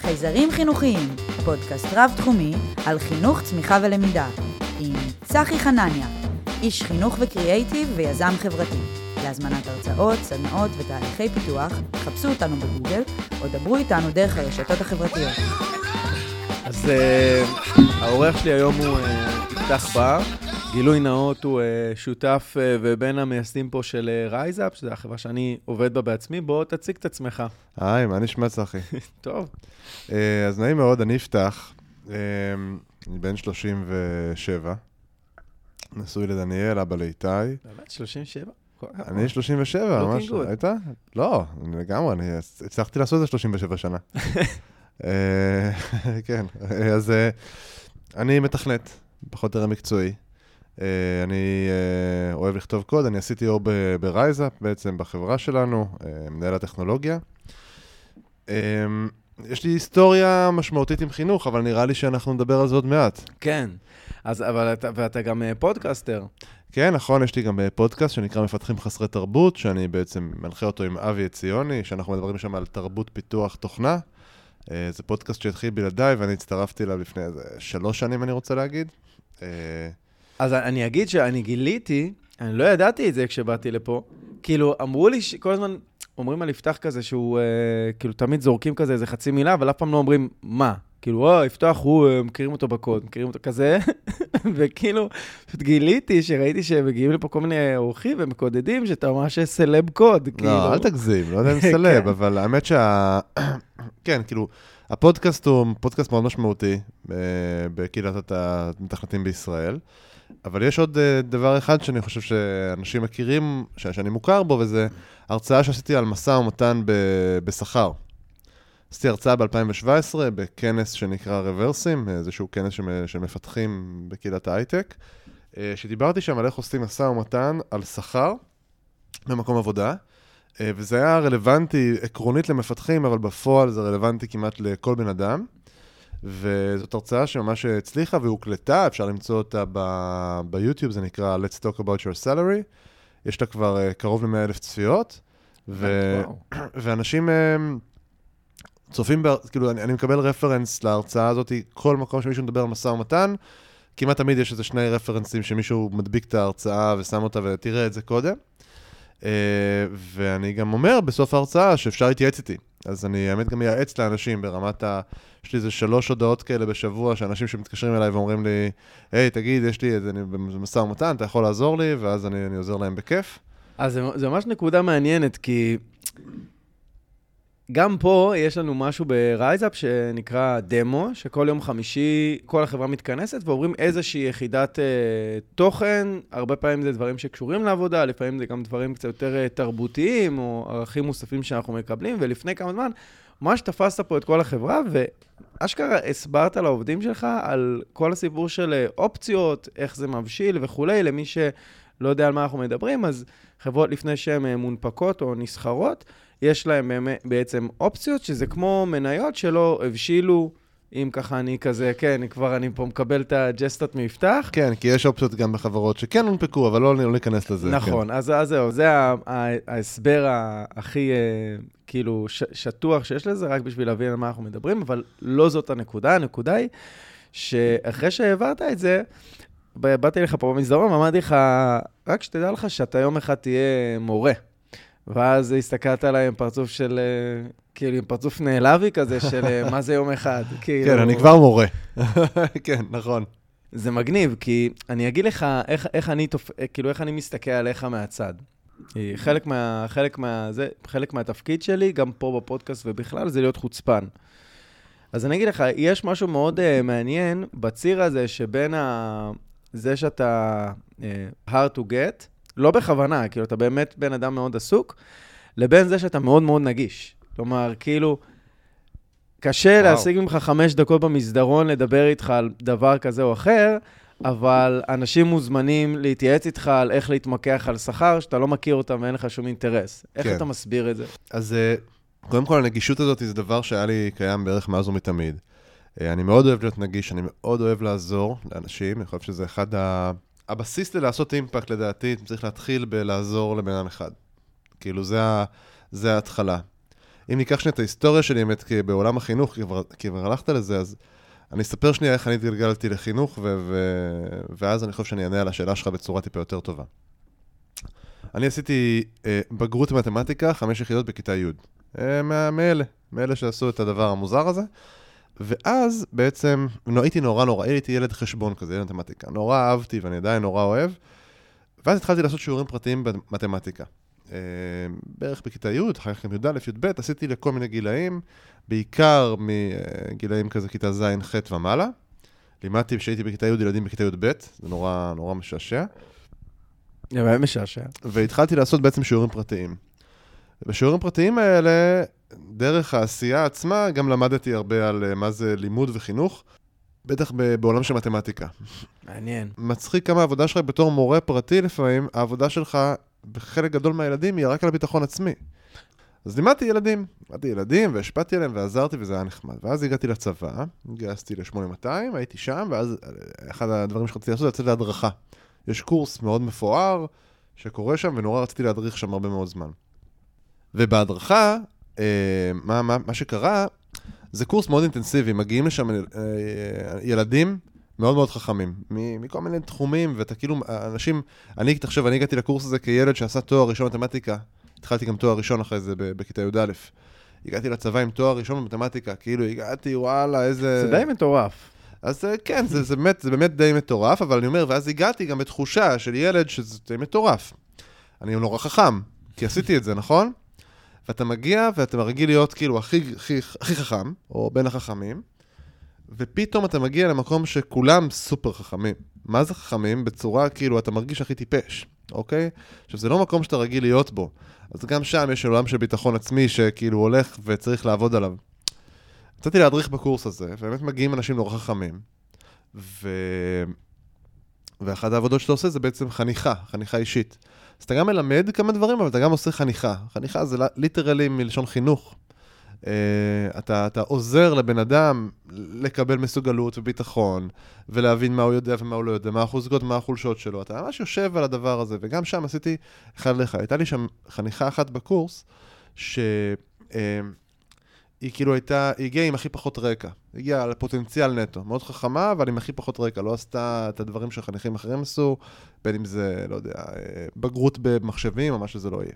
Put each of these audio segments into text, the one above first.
חייזרים חינוכיים, פודקאסט רב-תחומי על חינוך, צמיחה ולמידה, עם צחי חנניה, איש חינוך וקריאייטיב ויזם חברתי. להזמנת הרצאות, סדנאות ותהליכי פיתוח, חפשו אותנו בגוגל או דברו איתנו דרך הרשתות החברתיות. אז האורח שלי היום הוא יפתח בר, גילוי נאות, הוא שותף ובין המייסדים פה של רייזאפ, שזו החברה שאני עובד בה בעצמי. בוא תציג את עצמך. היי, מה נשמע צחי? טוב. אז נעים מאוד, אני אפתח, אני בן 37, נשוי לדניאל, אבא לאיתי. באמת, 37? אני 37, ממש, היית? לא, לגמרי, אני הצלחתי לעשות את זה 37 שנה. כן, אז אני מתכנת, פחות או יותר מקצועי. אני אוהב לכתוב קוד, אני עשיתי אור ברייזאפ בעצם בחברה שלנו, מנהל הטכנולוגיה. יש לי היסטוריה משמעותית עם חינוך, אבל נראה לי שאנחנו נדבר על זה עוד מעט. כן, ואתה גם פודקאסטר. כן, נכון, יש לי גם פודקאסט שנקרא מפתחים חסרי תרבות, שאני בעצם מנחה אותו עם אבי יציוני, שאנחנו מדברים שם על תרבות פיתוח תוכנה. זה פודקאסט שהתחיל בלעדיי, ואני הצטרפתי אליו לפני 3 שנים, אני רוצה להגיד. אז אני אגיד שאני גיליתי, אני לא ידעתי את זה כשבאתי לפה, כאילו אמרו לי, כל הזמן אומרים על יפתח כזה שהוא, כאילו תמיד זורקים כזה איזה חצי מילה, אבל אף פעם לא אומרים מה. כאילו, יפתח, מכירים אותו בקוד, מכירים אותו כזה, וכאילו, גיליתי שראיתי שמגיעים לפה כל מיני אורחים ומקודדים, שאתה ממש סלב קוד. לא, אל תגזים, לא יודע אם סלב, אבל האמת כן, כאילו, הפודקאסט הוא פודקאסט מאוד משמעותי בקהילת המתכנתים בישראל, אבל יש עוד דבר אחד שאני חושב שאנשים מכירים, שאני מוכר בו, וזה הרצאה שעשיתי על משא ומתן בשכר. עשיתי הרצאה ב-2017 בכנס שנקרא רוורסים, איזשהו כנס שמפתחים בקהילת ההייטק, שדיברתי שם על איך עושים משא ומתן על שכר במקום עבודה, וזה היה רלוונטי עקרונית למפתחים, אבל בפועל זה רלוונטי כמעט לכל בן אדם, וזאת הרצאה שממש הצליחה והוקלטה, אפשר למצוא אותה ביוטיוב, זה נקרא Let's Talk About Your Salary, יש לה כבר קרוב ל100,000 צפיות, ואנשים צופים, כאילו אני מקבל רפרנס להרצאה הזאת, כל מקום שמישהו מדבר על משא ומתן, כמעט תמיד יש איזה 2 רפרנסים שמישהו מדביק את ההרצאה ושם אותה ותראה את זה קודם. ואני גם אומר בסוף ההרצאה שאפשר להתייעץ איתי. אז אני האמת גם מייעץ לאנשים ברמת יש לי איזה 3 הודעות כאלה בשבוע, שאנשים שמתקשרים אליי ואומרים לי, היי, תגיד, יש לי איזה משא ומתן, אתה יכול לעזור לי? ואז אני עוזר להם בכיף. אז זה ממש נקודה מעניינת, כי גם פה יש לנו משהו ברייזאפ שנקרא דמו, שכל יום חמישי כל החברה מתכנסת ועוברים איזושהי יחידת תוכן, הרבה פעמים זה דברים שקשורים לעבודה, לפעמים זה גם דברים קצת יותר תרבותיים או ערכים מוספים שאנחנו מקבלים, ולפני כמה זמן ממש תפסת פה את כל החברה ואשכרה הסברת לעובדים שלך על כל הסיפור של אופציות, איך זה מבשיל וכולי, למי שלא יודע על מה אנחנו מדברים, אז חברות לפני שהן מונפקות או נסחרות, יש להם בעצם אופציות, שזה כמו מניות שלא הבשילו, אם ככה אני כזה, כן, אני פה מקבל את הג'סטות מיפתח. כן, כי יש אופציות גם בחברות שכן הונפקו, אבל לא ניכנס לזה. נכון, אז זהו, זה ההסבר הכי כאילו שטוח שיש לזה, רק בשביל להבין על מה אנחנו מדברים, אבל לא זאת הנקודה. הנקודה היא שאחרי שהעברת את זה, באתי לך פה במסדרון, אמרתי לך, רק שתדע לך שאתה יום אחד תהיה מורה. ואז הסתכלת עליי עם פרצוף של, כאילו עם פרצוף נעלבי כזה של מה זה יום אחד. כן, אני כבר מורה. כן, נכון. זה מגניב, כי אני אגיד לך איך אני מסתכל עליך מהצד. חלק מהתפקיד שלי, גם פה בפודקאסט ובכלל, זה להיות חוצפן. אז אני אגיד לך, יש משהו מאוד מעניין בציר הזה שבין זה שאתה hard to get, לא בכוונה, כאילו אתה באמת בן אדם מאוד עסוק, לבין זה שאתה מאוד מאוד נגיש. כלומר, כאילו, קשה להשיג ממך 5 דקות במסדרון לדבר איתך על דבר כזה או אחר, אבל אנשים מוזמנים להתייעץ איתך על איך להתמקח על שכר, שאתה לא מכיר אותם ואין לך שום אינטרס. איך אתה מסביר את זה? אז קודם כל, הנגישות הזאת זה דבר שהיה לי קיים בערך מאז ומתמיד. אני מאוד אוהב להיות נגיש, אני מאוד אוהב לעזור לאנשים, אני חושב שזה אחד הבסיס לעשות אימפקט, לדעתי, צריך להתחיל בלעזור לבן אדם אחד. כאילו, זה ההתחלה. אם ניקח שנייה את ההיסטוריה שלי, באמת, בעולם החינוך, כי כבר הלכת לזה, אז אני אספר שנייה איך אני התגלגלתי לחינוך, ואז אני חושב שאני אענה על השאלה שלך בצורה טיפה יותר טובה. אני עשיתי בגרות מתמטיקה, 5 יחידות בכיתה י'. מאלה שעשו את הדבר המוזר הזה. ואז בעצם, הייתי ילד חשבון כזה, ילד מתמטיקה. נורא אהבתי ואני עדיין נורא אוהב. ואז התחלתי לעשות שיעורים פרטיים במתמטיקה. בערך בכיתה י', אחר כך י' א', י' ב', עשיתי לכל מיני גילאים, בעיקר מגילאים כזה כיתה ז', ח' ומעלה. לימדתי כשהייתי בכיתה י' ילדים בכיתה י' ב', זה נורא משעשע. באמת משעשע. והתחלתי לעשות בעצם שיעורים פרטיים. בשיעורים פרטיים האלה, דרך העשייה עצמה, גם למדתי הרבה על מה זה לימוד וחינוך, בטח בעולם של מתמטיקה. מעניין. מצחיק כמה העבודה שלך בתור מורה פרטי לפעמים, העבודה שלך בחלק גדול מהילדים היא רק על הביטחון עצמי. אז לימדתי ילדים והשפעתי עליהם ועזרתי וזה היה נחמד. ואז הגעתי לצבא, גייסתי ל-8200, הייתי שם, ואז אחד הדברים שרציתי לעשות זה לצאת להדרכה. יש קורס מאוד מפואר שקורה שם, ונורא רציתי להדריך שם הרבה מאוד זמן. ובהדרכה, מה שקרה, זה קורס מאוד אינטנסיבי, מגיעים לשם ילדים מאוד מאוד חכמים, מכל מיני תחומים, ואתה כאילו, אנשים, אני הגעתי לקורס הזה כילד שעשה תואר ראשון במתמטיקה, התחלתי גם תואר ראשון אחרי זה בכיתה י' א', הגעתי לצבא עם תואר ראשון במתמטיקה, כאילו הגעתי, וואלה, איזה... זה די מטורף. אז כן, זה באמת די מטורף, אבל אני אומר, ואז הגעתי גם בתחושה של ילד שזה די מטורף. אני נורא חכם, כי עשיתי את זה, נכון? ואתה מגיע, ואתה מרגיל להיות כאילו הכי חכם, או בין החכמים, ופתאום אתה מגיע למקום שכולם סופר חכמים. מה זה חכמים? בצורה כאילו אתה מרגיש הכי טיפש, אוקיי? עכשיו, זה לא מקום שאתה רגיל להיות בו. אז גם שם יש עולם של ביטחון עצמי שכאילו הולך וצריך לעבוד עליו. רציתי להדריך בקורס הזה, ובאמת מגיעים אנשים נורא חכמים, ואחת העבודות שאתה עושה זה בעצם חניכה אישית. אז אתה גם מלמד כמה דברים, אבל אתה גם עושה חניכה. חניכה זה ליטרלי מלשון חינוך. אתה עוזר לבן אדם לקבל מסוגלות וביטחון, ולהבין מה הוא יודע ומה הוא לא יודע, מה החוזקות, מה החולשות שלו. אתה ממש יושב על הדבר הזה, וגם שם עשיתי אחד לך. הייתה לי שם חניכה אחת בקורס, היא כאילו הגיעה עם הכי פחות רקע. הגיעה על פוטנציאל נטו. מאוד חכמה, אבל עם הכי פחות רקע. לא עשתה את הדברים שחניכים אחרים עשו, בין אם זה, לא יודע, בגרות במחשבים, או מה שזה לא יהיה.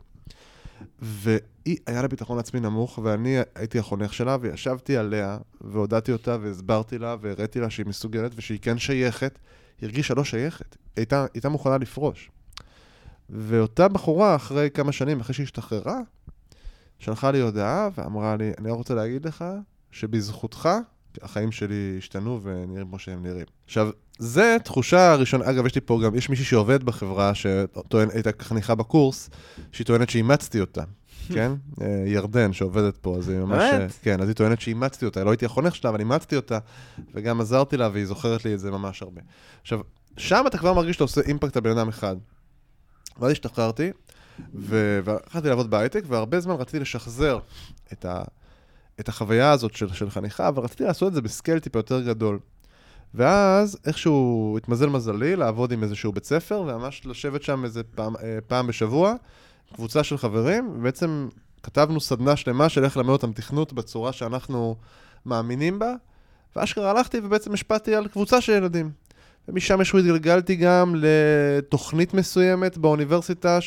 והיא היה לה ביטחון עצמי נמוך, ואני הייתי החונך שלה, וישבתי עליה, והודעתי אותה, והסברתי לה, והראיתי לה שהיא מסוגלת, ושהיא כן שייכת. היא הרגישה לא שייכת. היא הייתה מוכנה לפרוש. ואותה בחורה, אחרי כמה שנים, אחרי שהיא השתחררה, שלחה לי הודעה ואמרה לי, אני רוצה להגיד לך שבזכותך החיים שלי השתנו ונראים כמו שהם נראים. עכשיו, זה תחושה ראשונה, אגב, יש לי פה גם, יש מישהי שעובד בחברה שהייתה חניכה בקורס, שהיא טוענת שאימצתי אותה, כן? ירדן שעובדת פה, אז היא ממש... כן, אז היא טוענת שאימצתי אותה, לא הייתי החונך שלה, אבל אימצתי אותה, וגם עזרתי לה, והיא זוכרת לי את זה ממש הרבה. עכשיו, שם אתה כבר מרגיש שאתה עושה אימפקט על בן אדם אחד. ואז השתחררתי, והתחלתי לעבוד בהייטק, והרבה זמן רציתי לשחזר את החוויה הזאת של חניכה, אבל רציתי לעשות את זה בסקייל טיפה יותר גדול. ואז איכשהו התמזל מזלי לעבוד עם איזשהו בית ספר, וממש לשבת שם איזה פעם בשבוע, קבוצה של חברים, ובעצם כתבנו סדנה שלמה של איך ללמד אותם תכנות בצורה שאנחנו מאמינים בה, ואשכרה הלכתי ובעצם השפעתי על קבוצה של ילדים. ומשם איזשהו התגלגלתי גם לתוכנית מסוימת באוניברסיטה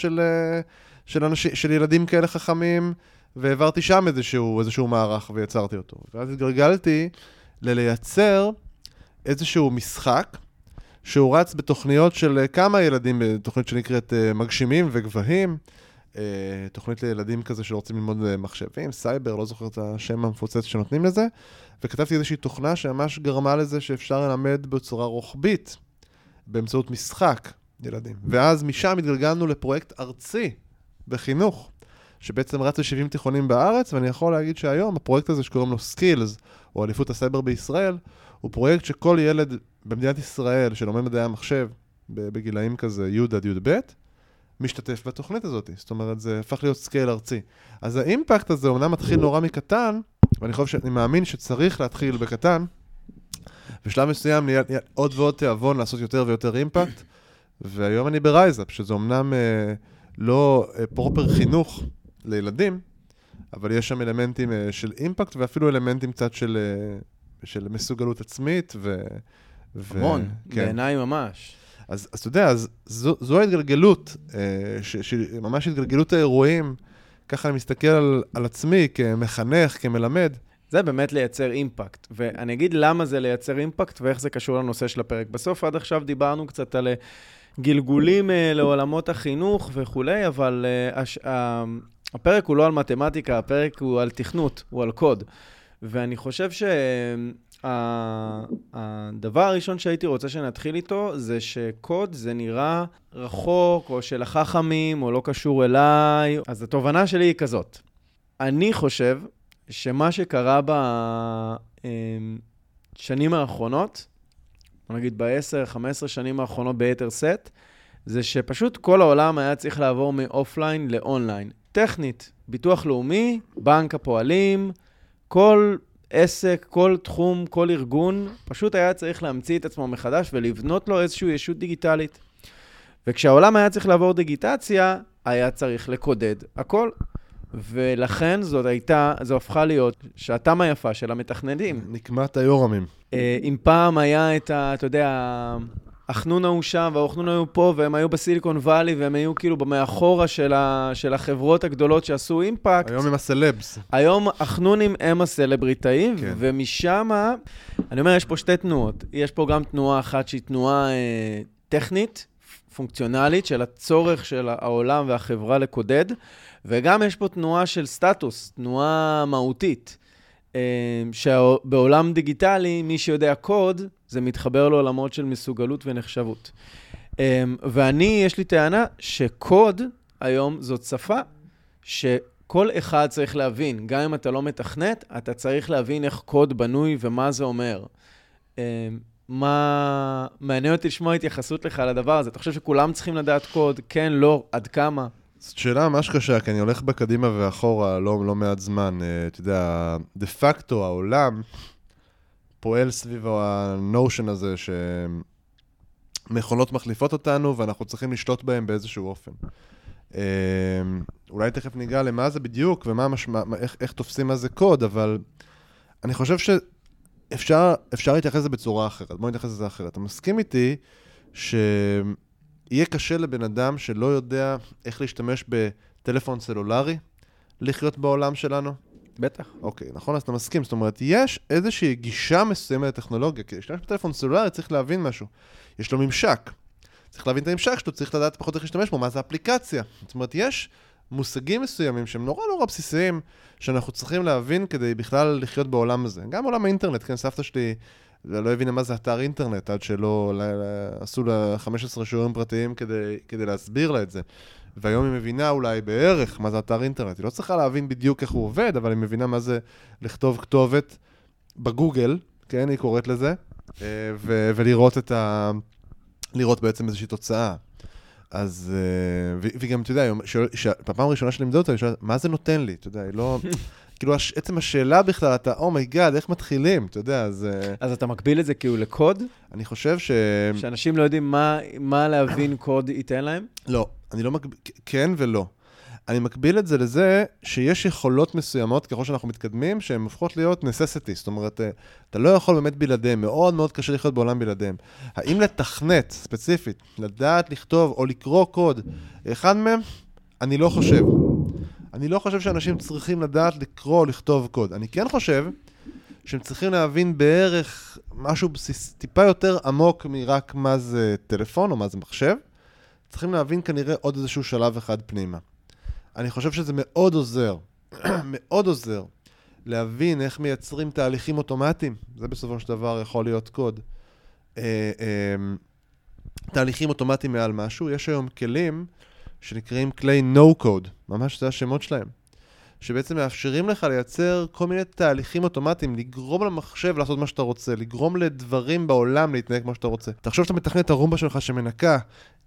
של ילדים כאלה חכמים, והעברתי שם איזשהו מערך ויצרתי אותו. ואז התגלגלתי לייצר איזשהו משחק, שהוא רץ בתוכניות של כמה ילדים, בתוכנית שנקראת מגשימים וגבהים, תוכנית לילדים כזה שרוצים ללמוד מחשבים, סייבר, לא זוכר את השם המפוצץ שנותנים לזה, וכתבתי איזושהי תוכנה שממש גרמה לזה שאפשר ללמד בצורה רוחבית, באמצעות משחק ילדים. ואז משם התגלגלנו לפרויקט ארצי בחינוך, שבעצם רץ ל-70 תיכונים בארץ, ואני יכול להגיד שהיום הפרויקט הזה שקוראים לו סקילס, או אליפות הסייבר בישראל, הוא פרויקט שכל ילד במדינת ישראל שלומד מדעי המחשב, בגילאים כזה י' עד י' ב', משתתף בתוכנית הזאת. זאת אומרת, זה הפך להיות סקייל ארצי. אז האימפקט הזה אומנם מתחיל נורא מקטן, ואני חושב שאני מאמין שצריך להתחיל בקטן, בשלב מסוים נהיה עוד ועוד תיאבון לעשות יותר ויותר אימפקט, והיום אני ברייזאפ, שזה אומנם לא פרופר חינוך לילדים, אבל יש שם אלמנטים של אימפקט, ואפילו אלמנטים קצת של מסוגלות עצמית, המון, בעיניי ממש. אז אתה יודע, זו ההתגלגלות, ממש התגלגלות האירועים, ככה אני מסתכל על עצמי כמחנך, כמלמד. זה באמת לייצר אימפקט, ואני אגיד למה זה לייצר אימפקט, ואיך זה קשור לנושא של הפרק. בסוף עד עכשיו דיברנו קצת על גלגולים לעולמות החינוך וכולי, אבל הפרק הוא לא על מתמטיקה, הפרק הוא על תכנות, הוא על קוד. ואני חושב הדבר הראשון שהייתי רוצה שנתחיל איתו, זה שקוד זה נראה רחוק, או של החכמים, או לא קשור אליי. אז התובנה שלי היא כזאת. אני חושב שמה שקרה בשנים האחרונות, נגיד ב-10-15 שנים האחרונות ביתר סט, זה שפשוט כל העולם היה צריך לעבור מאופליין לאונליין. טכנית, ביטוח לאומי, בנק הפועלים, כל עסק, כל תחום, כל ארגון, פשוט היה צריך להמציא את עצמו מחדש ולבנות לו איזושהי ישות דיגיטלית. וכשהעולם היה צריך לעבור דיגיטציה, היה צריך לקודד הכל. ולכן זו הפכה להיות שעתם היפה של המתכננים. נקמת היורמים. אם פעם היה אתה יודע, החנון הוא שם והחנון היו פה, והם היו בסיליקון ואלי, והם היו כאילו במאחורה של החברות הגדולות שעשו אימפקט. היום הם הסלבס. היום החנונים הם הסלבריטאים, כן. ומשם, אני אומר, יש פה שתי תנועות. יש פה גם תנועה אחת שהיא תנועה טכנית, פונקציונלית, של הצורך של העולם והחברה לקודד, וגם יש פה תנועה של סטטוס, תנועה מהותית, שבעולם דיגיטלי, מי שיודע קוד, זה מתחבר לעולמות של מסוגלות ונחשבות. יש לי טענה שקוד היום זאת שפה שכל אחד צריך להבין. גם אם אתה לא מתכנת, אתה צריך להבין איך קוד בנוי ומה זה אומר. מעניין אותי לשמוע התייחסות לך לדבר הזה. אתה חושב שכולם צריכים לדעת קוד? כן, לא, עד כמה? זאת שאלה ממש קשה, כי אני הולך בקדימה ואחורה לא מעט זמן. אתה יודע, דה פקטו, העולם פועל סביב הנושן הזה שמכונות מחליפות אותנו, ואנחנו צריכים לשלוט בהם באיזשהו אופן. אולי תכף ניגע למה זה בדיוק, ואיך תופסים מה זה קוד, אבל אני חושב שאפשר להתייחס לזה בצורה אחרת. בואו נתייחס לזה אחרת. אתה מסכים איתי שיהיה קשה לבן אדם שלא יודע איך להשתמש בטלפון סלולרי, לחיות בעולם שלנו? בטח. אוקיי, נכון? אז אתה מסכים. זאת אומרת, יש איזושהי גישה מסוימת לטכנולוגיה, כי להשתמש בטלפון סלולרי צריך להבין משהו. יש לו ממשק. צריך להבין את הממשק שלו, צריך לדעת פחות איך להשתמש בו, מה זה אפליקציה. זאת אומרת, יש מושגים מסוימים שהם נורא בסיסיים, שאנחנו צריכים להבין כדי בכלל לחיות בעולם הזה. גם עולם האינטרנט, כן, סבתא שלי לא הבינה מה זה אתר אינטרנט, עד שלא עשו לה 15 שיעורים פרטיים כדי להסביר לה את זה. והיום היא מבינה אולי בערך מה זה אתר אינטרנט. היא לא צריכה להבין בדיוק איך הוא עובד, אבל היא מבינה מה זה לכתוב כתובת בגוגל, כן, היא קוראת לזה, לראות בעצם איזושהי תוצאה. אז, וגם, אתה יודע, בפעם הראשונה שלימדו אותה, אני שואלת, מה זה נותן לי? אתה יודע, היא לא, כאילו, עצם השאלה בכלל, אתה, אומייגאד, איך מתחילים? אתה יודע, אז... אז אתה מקביל את זה כאילו לקוד? אני חושב שאנשים לא יודעים מה להבין קוד ייתן להם? לא, אני לא מקביל, כן ולא. אני מקביל את זה לזה שיש יכולות מסוימות, ככל שאנחנו מתקדמים, שהן הופכות להיות necessity. זאת אומרת, אתה לא יכול באמת בלעדיהם, מאוד מאוד קשה לחיות בעולם בלעדיהם. האם לתכנת, ספציפית, לדעת לכתוב או לקרוא קוד, אחד מהם, אני לא חושב. אני לא חושב שאנשים צריכים לדעת לקרוא או לכתוב קוד. אני כן חושב שהם צריכים להבין בערך משהו טיפה יותר עמוק מרק מה זה טלפון או מה זה מחשב. צריכים להבין כנראה עוד איזשהו שלב אחד פנימה. אני חושב שזה מאוד עוזר, מאוד עוזר, להבין איך מייצרים תהליכים אוטומטיים. זה בסופו של דבר יכול להיות קוד. תהליכים אוטומטיים מעל משהו. יש היום כלים שנקראים כלי no-code, ממש זה השמות שלהם, שבעצם מאפשרים לך לייצר כל מיני תהליכים אוטומטיים, לגרום למחשב לעשות מה שאתה רוצה, לגרום לדברים בעולם להתנהג כמו שאתה רוצה. תחשוב שאתה מתכנת את הרומבה שלך שמנקה,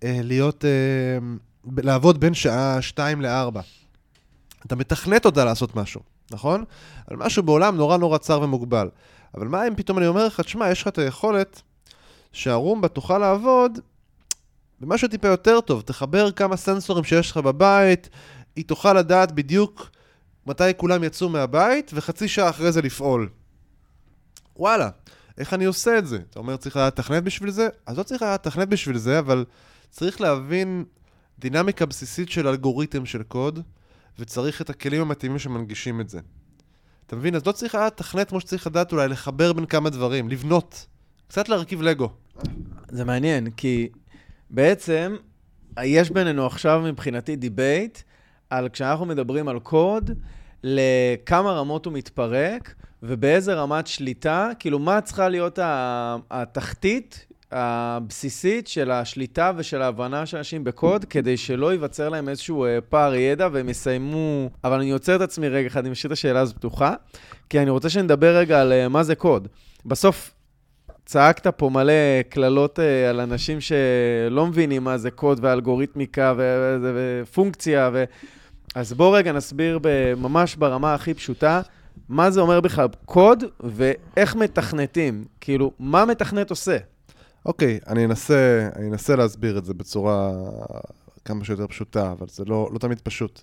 לעבוד בין שעה 2 ל-4. אתה מתכנת אותה לעשות משהו, נכון? על משהו בעולם נורא צר ומוגבל. אבל מה אם פתאום אני אומר לך, תשמע, יש לך את היכולת שהרומבה תוכל לעבוד במשהו טיפה יותר טוב. תחבר כמה סנסורים שיש לך בבית, היא תוכל לדעת בדיוק מתי כולם יצאו מהבית, וחצי שעה אחרי זה לפעול. וואלה, איך אני עושה את זה? אתה אומר, צריך לתכנת בשביל זה? אז לא צריך לתכנת בשביל זה, אבל צריך להבין דינמיקה בסיסית של אלגוריתם של קוד, וצריך את הכלים המתאימים שמנגישים את זה. אתה מבין? אז לא צריך לתכנת כמו שצריך לדעת אולי לחבר בין כמה דברים, לבנות, קצת להרכיב לגו. זה מעניין, כי בעצם יש בינינו עכשיו מבחינתי דיבייט על כשאנחנו מדברים על קוד, לכמה רמות הוא מתפרק, ובאיזה רמת שליטה, כאילו מה צריכה להיות התחתית הבסיסית של השליטה ושל ההבנה של אנשים בקוד, כדי שלא ייווצר להם איזשהו פער ידע והם יסיימו. אבל אני יוצר את עצמי רגע אחד, אני משאיר את השאלה הזו פתוחה, כי אני רוצה שנדבר רגע על מה זה קוד. בסוף צעקת פה מלא כללות על אנשים שלא מבינים מה זה קוד ואלגוריתמיקה ופונקציה. אז בוא רגע נסביר ממש ברמה הכי פשוטה, מה זה אומר בכלל קוד ואיך מתכנתים. כאילו, מה מתכנת עושה? אוקיי, אני אנסה להסביר את זה בצורה כמה שיותר פשוטה, אבל זה לא תמיד פשוט.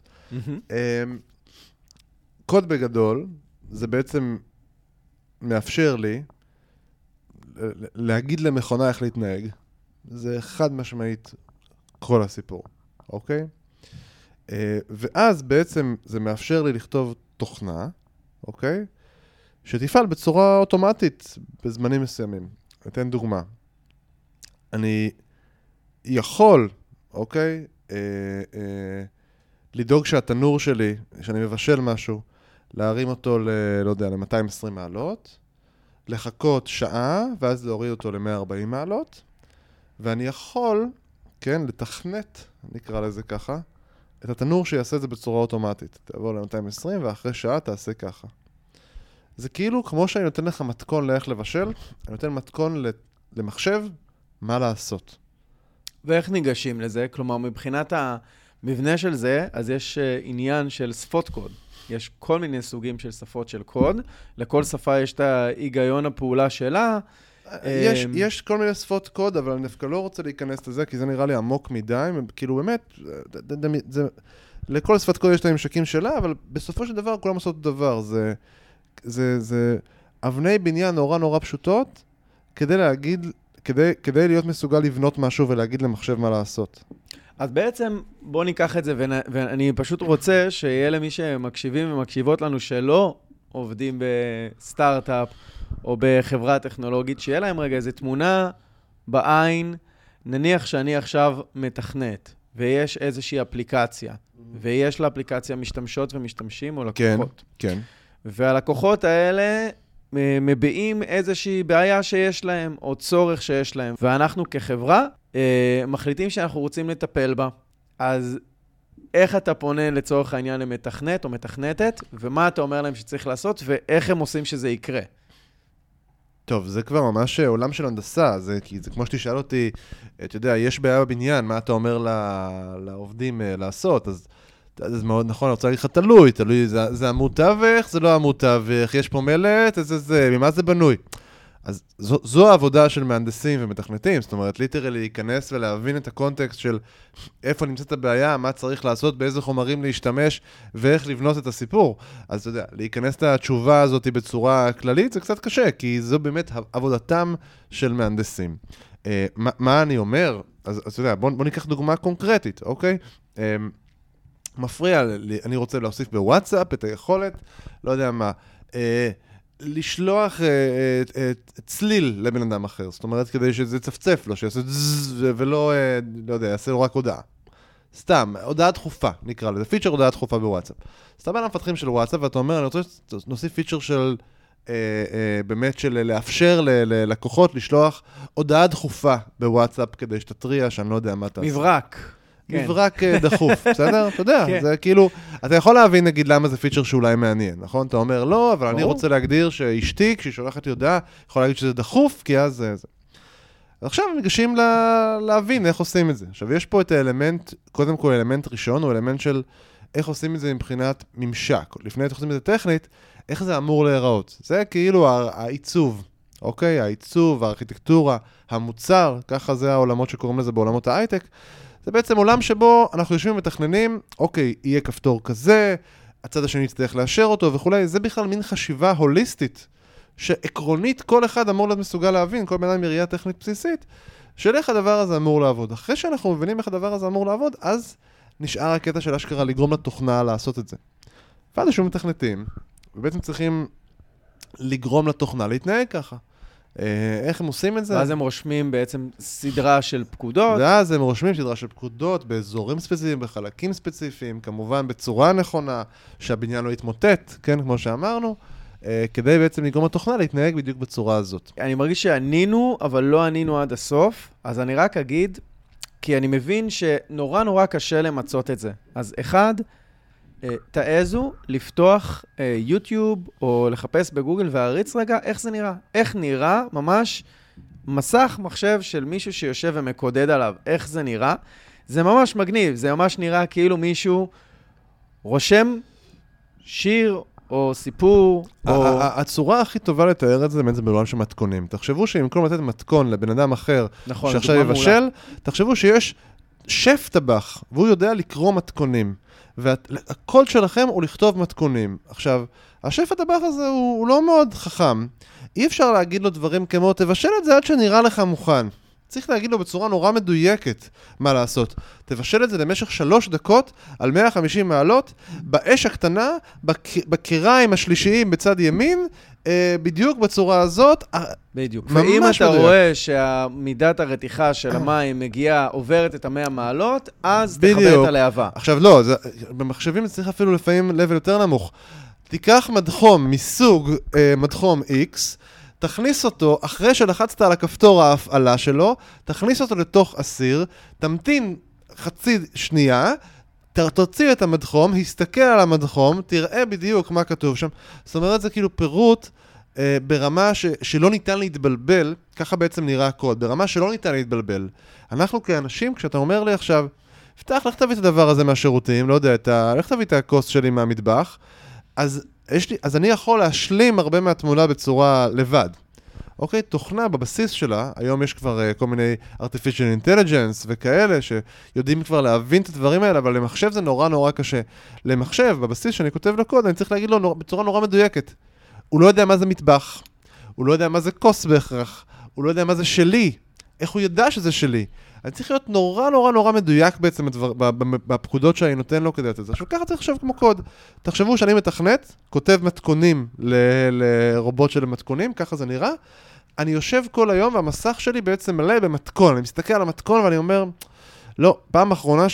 קוד בגדול, זה בעצם מאפשר לי להגיד למכונה איך להתנהג. זה חד משמעית כל הסיפור, אוקיי? ואז בעצם זה מאפשר לי לכתוב תוכנה, אוקיי? שתפעל בצורה אוטומטית בזמנים מסוימים. אתן דוגמה. אני יכול, אוקיי? לדאוג שהתנור שלי, שאני מבשל משהו, להרים אותו לא יודע, ל-220 מעלות, לחכות שעה, ואז להוריד אותו ל-140 מעלות, ואני יכול, כן, לתכנת, נקרא לזה ככה, את התנור שיעשה את זה בצורה אוטומטית. תעבור ל-220, ואחרי שעה תעשה ככה. זה כאילו, כמו שאני נותן לך מתכון לאיך לבשל, אני נותן מתכון למחשב, מה לעשות. ואיך ניגשים לזה? כלומר, מבחינת המבנה של זה, אז יש עניין של שפות קוד. יש כל מיני סוגים של שפות של קוד. לכל שפה יש את ההיגיון הפעולה שלה. יש כל מיני שפות קוד, אבל אני דווקא לא רוצה להיכנס לזה, כי זה נראה לי עמוק מדי. כאילו, באמת, לכל שפת קוד יש את הממשקים שלה, אבל בסופו של דבר, כולם עושות דבר. זה אבני בניין נורא נורא פשוטות, כדי להיות מסוגל לבנות משהו ולהגיד למחשב מה לעשות. אז בעצם בוא ניקח את זה, ואני פשוט רוצה שיהיה למי שמקשיבים ומקשיבות לנו שלא עובדים בסטארט-אפ או בחברה טכנולוגית, שיהיה להם רגע איזו תמונה בעין, נניח שאני עכשיו מתכנת, ויש איזושהי אפליקציה, ויש לאפליקציה משתמשות ומשתמשים או לקוחות. כן. והלקוחות האלה מביעים איזושהי בעיה שיש להם, או צורך שיש להם. ואנחנו כחברה מחליטים שאנחנו רוצים לטפל בה. אז איך אתה פונה לצורך העניין למתכנת או מתכנתת, ומה אתה אומר להם שצריך לעשות, ואיך הם עושים שזה יקרה? טוב, זה כבר ממש עולם של הנדסה, כי זה כמו שתשאל אותי, אתה יודע, יש בעיה בבניין, מה אתה אומר לעובדים לעשות? אז מאוד נכון, אני רוצה להגיד לך תלוי, זה עמוד תווך, זה לא עמוד תווך, יש פה מלט, ממה זה בנוי? אז זו העבודה של מהנדסים ומתכנתים, זאת אומרת, ליטרלי להיכנס ולהבין את הקונטקסט של איפה נמצאת הבעיה, מה צריך לעשות, באיזה חומרים להשתמש, ואיך לבנות את הסיפור. אז אתה יודע, להיכנס לתשובה הזאת בצורה כללית, זה קצת קשה, כי זו באמת עבודתם של מהנדסים. מה אני אומר? אז אתה יודע, בוא ניקח דוגמה קונקרטית, אוקיי? מפריע לי, אני רוצה להוסיף בוואטסאפ את היכולת, לא יודע מה, לשלוח צליל לבן אדם אחר, זאת אומרת, כדי שזה צפצף לו, שיעשה ולא, לא יודע, יעשה לו רק הודעה. סתם, הודעה דחופה, נקרא לזה, פיצ'ר הודעה דחופה בוואטסאפ. אז אתה בא למפתחים של וואטסאפ, ואתה אומר, אני רוצה נוסיף פיצ'ר של, באמת של לאפשר ללקוחות לשלוח הודעה דחופה בוואטסאפ, כדי שתטריע שאני לא יודע מה תעשה. מברק. מברק דחוף, בסדר? אתה יודע, זה כאילו, אתה יכול להבין נגיד למה זה פיצ'ר שאולי מעניין, נכון? אתה אומר לא, אבל אני רוצה להגדיר שאשתי, כשהיא שולחת לי הודעה, יכול להגיד שזה דחוף, כי אז זה. עכשיו הם ניגשים להבין איך עושים את זה. עכשיו, יש פה את האלמנט, קודם כל האלמנט ראשון, הוא אלמנט של איך עושים את זה מבחינת ממשק. לפני איך עושים את זה טכנית, איך זה אמור להיראות. זה כאילו העיצוב, אוקיי? העיצוב, הארכיטקטורה, המוצר, ככה זה העולמות שקוראים לזה בעולמות ההייטק. זה בעצם עולם שבו אנחנו יושבים ומתכננים, אוקיי, יהיה כפתור כזה, הצד השני יצטרך לאשר אותו וכולי, זה בכלל מין חשיבה הוליסטית, שעקרונית כל אחד אמור להיות מסוגל להבין, כל בן אדם מראייה טכנית בסיסית, של איך הדבר הזה אמור לעבוד. אחרי שאנחנו מבינים איך הדבר הזה אמור לעבוד, אז נשאר הקטע של אשכרה לגרום לתוכנה לעשות את זה. ועד שום מתכנתים, ובעצם צריכים לגרום לתוכנה להתנהג ככה. איך הם עושים את זה? ואז הם רושמים בעצם סדרה של פקודות. ואז הם רושמים סדרה של פקודות באזורים ספציפיים, בחלקים ספציפיים, כמובן בצורה נכונה, שהבניין לא יתמוטט, כן, כמו שאמרנו, כדי בעצם לגרום לתוכנה להתנהג בדיוק בצורה הזאת. אני מרגיש שענינו, אבל לא ענינו עד הסוף, אז אני רק אגיד, כי אני מבין שנורא קשה למצות את זה. אז אחד, תעזו לפתוח יוטיוב או לחפש בגוגל והריץ רגע איך זה נראה. איך נראה ממש מסך מחשב של מישהו שיושב ומקודד עליו. איך זה נראה. זה ממש מגניב. זה ממש נראה כאילו מישהו רושם שיר או סיפור. הצורה הכי טובה לתאר את זה באמת זה בעולם של מתכונים. תחשבו שבמקום לתת מתכון לבן אדם אחר שעכשיו יבשל, תחשבו שיש שף טבח והוא יודע לקרוא מתכונים. והקוד שלכם הוא לכתוב מתכונים. עכשיו, השף הטבח הזה הוא לא מאוד חכם. אי אפשר להגיד לו דברים כמו, תבשל את זה עד שנראה לך מוכן. צריך להגיד לו בצורה נורא מדויקת מה לעשות. תבשל את זה למשך 3 דקות על 150 מעלות, באש הקטנה, בקיריים השלישיים בצד ימין, בדיוק בצורה הזאת. בדיוק. ואם אתה רואה שהמידת הרתיחה של המים מגיעה, עוברת את 100 מעלות, אז תכבה את הלהבה. עכשיו לא, במחשבים צריך אפילו לפעמים level יותר נמוך. תיקח מדחום מסוג מדחום X, תכניס אותו, אחרי שלחצת על הכפתור ההפעלה שלו, תכניס אותו לתוך אסיר, תמתין חצי שנייה, תוציא את המדחום, הסתכל על המדחום, תראה בדיוק מה כתוב שם. זאת אומרת, זה כאילו פירוט ברמה שלא ניתן להתבלבל, ככה בעצם נראה הקוד, ברמה שלא ניתן להתבלבל. אנחנו כאנשים, כשאתה אומר לי עכשיו, פתח, לך תביא את הדבר הזה מהשירותים, לא יודע, לך תביא את הקוסט שלי מהמטבח, אז אני יכול להשלים הרבה מהתמונה בצורה לבד. אוקיי, תוכנה בבסיס שלה, היום יש כבר כל מיני artificial intelligence וכאלה שיודעים כבר להבין את הדברים האלה, אבל למחשב זה נורא קשה. למחשב, בבסיס שאני כותב לקוד, אני צריך להגיד לו בצורה נורא מדויקת. הוא לא יודע מה זה מטבח, הוא לא יודע מה זה כוס בהכרח, הוא לא יודע מה זה שלי, איך הוא ידע שזה שלי. אני צריך להיות נורא מדויק בעצם בפקודות שאני נותן לו כדי לתת את זה. עכשיו ככה צריך לחשוב כמו קוד. תחשבו שאני מתכנת, כותב מתכונים לרובוט של מתכונים, ככה זה נראה. אני יושב כל היום והמסך שלי בעצם מלא במתכון. אני מסתכל על המתכון ואני אומר, לא, פעם אחרונה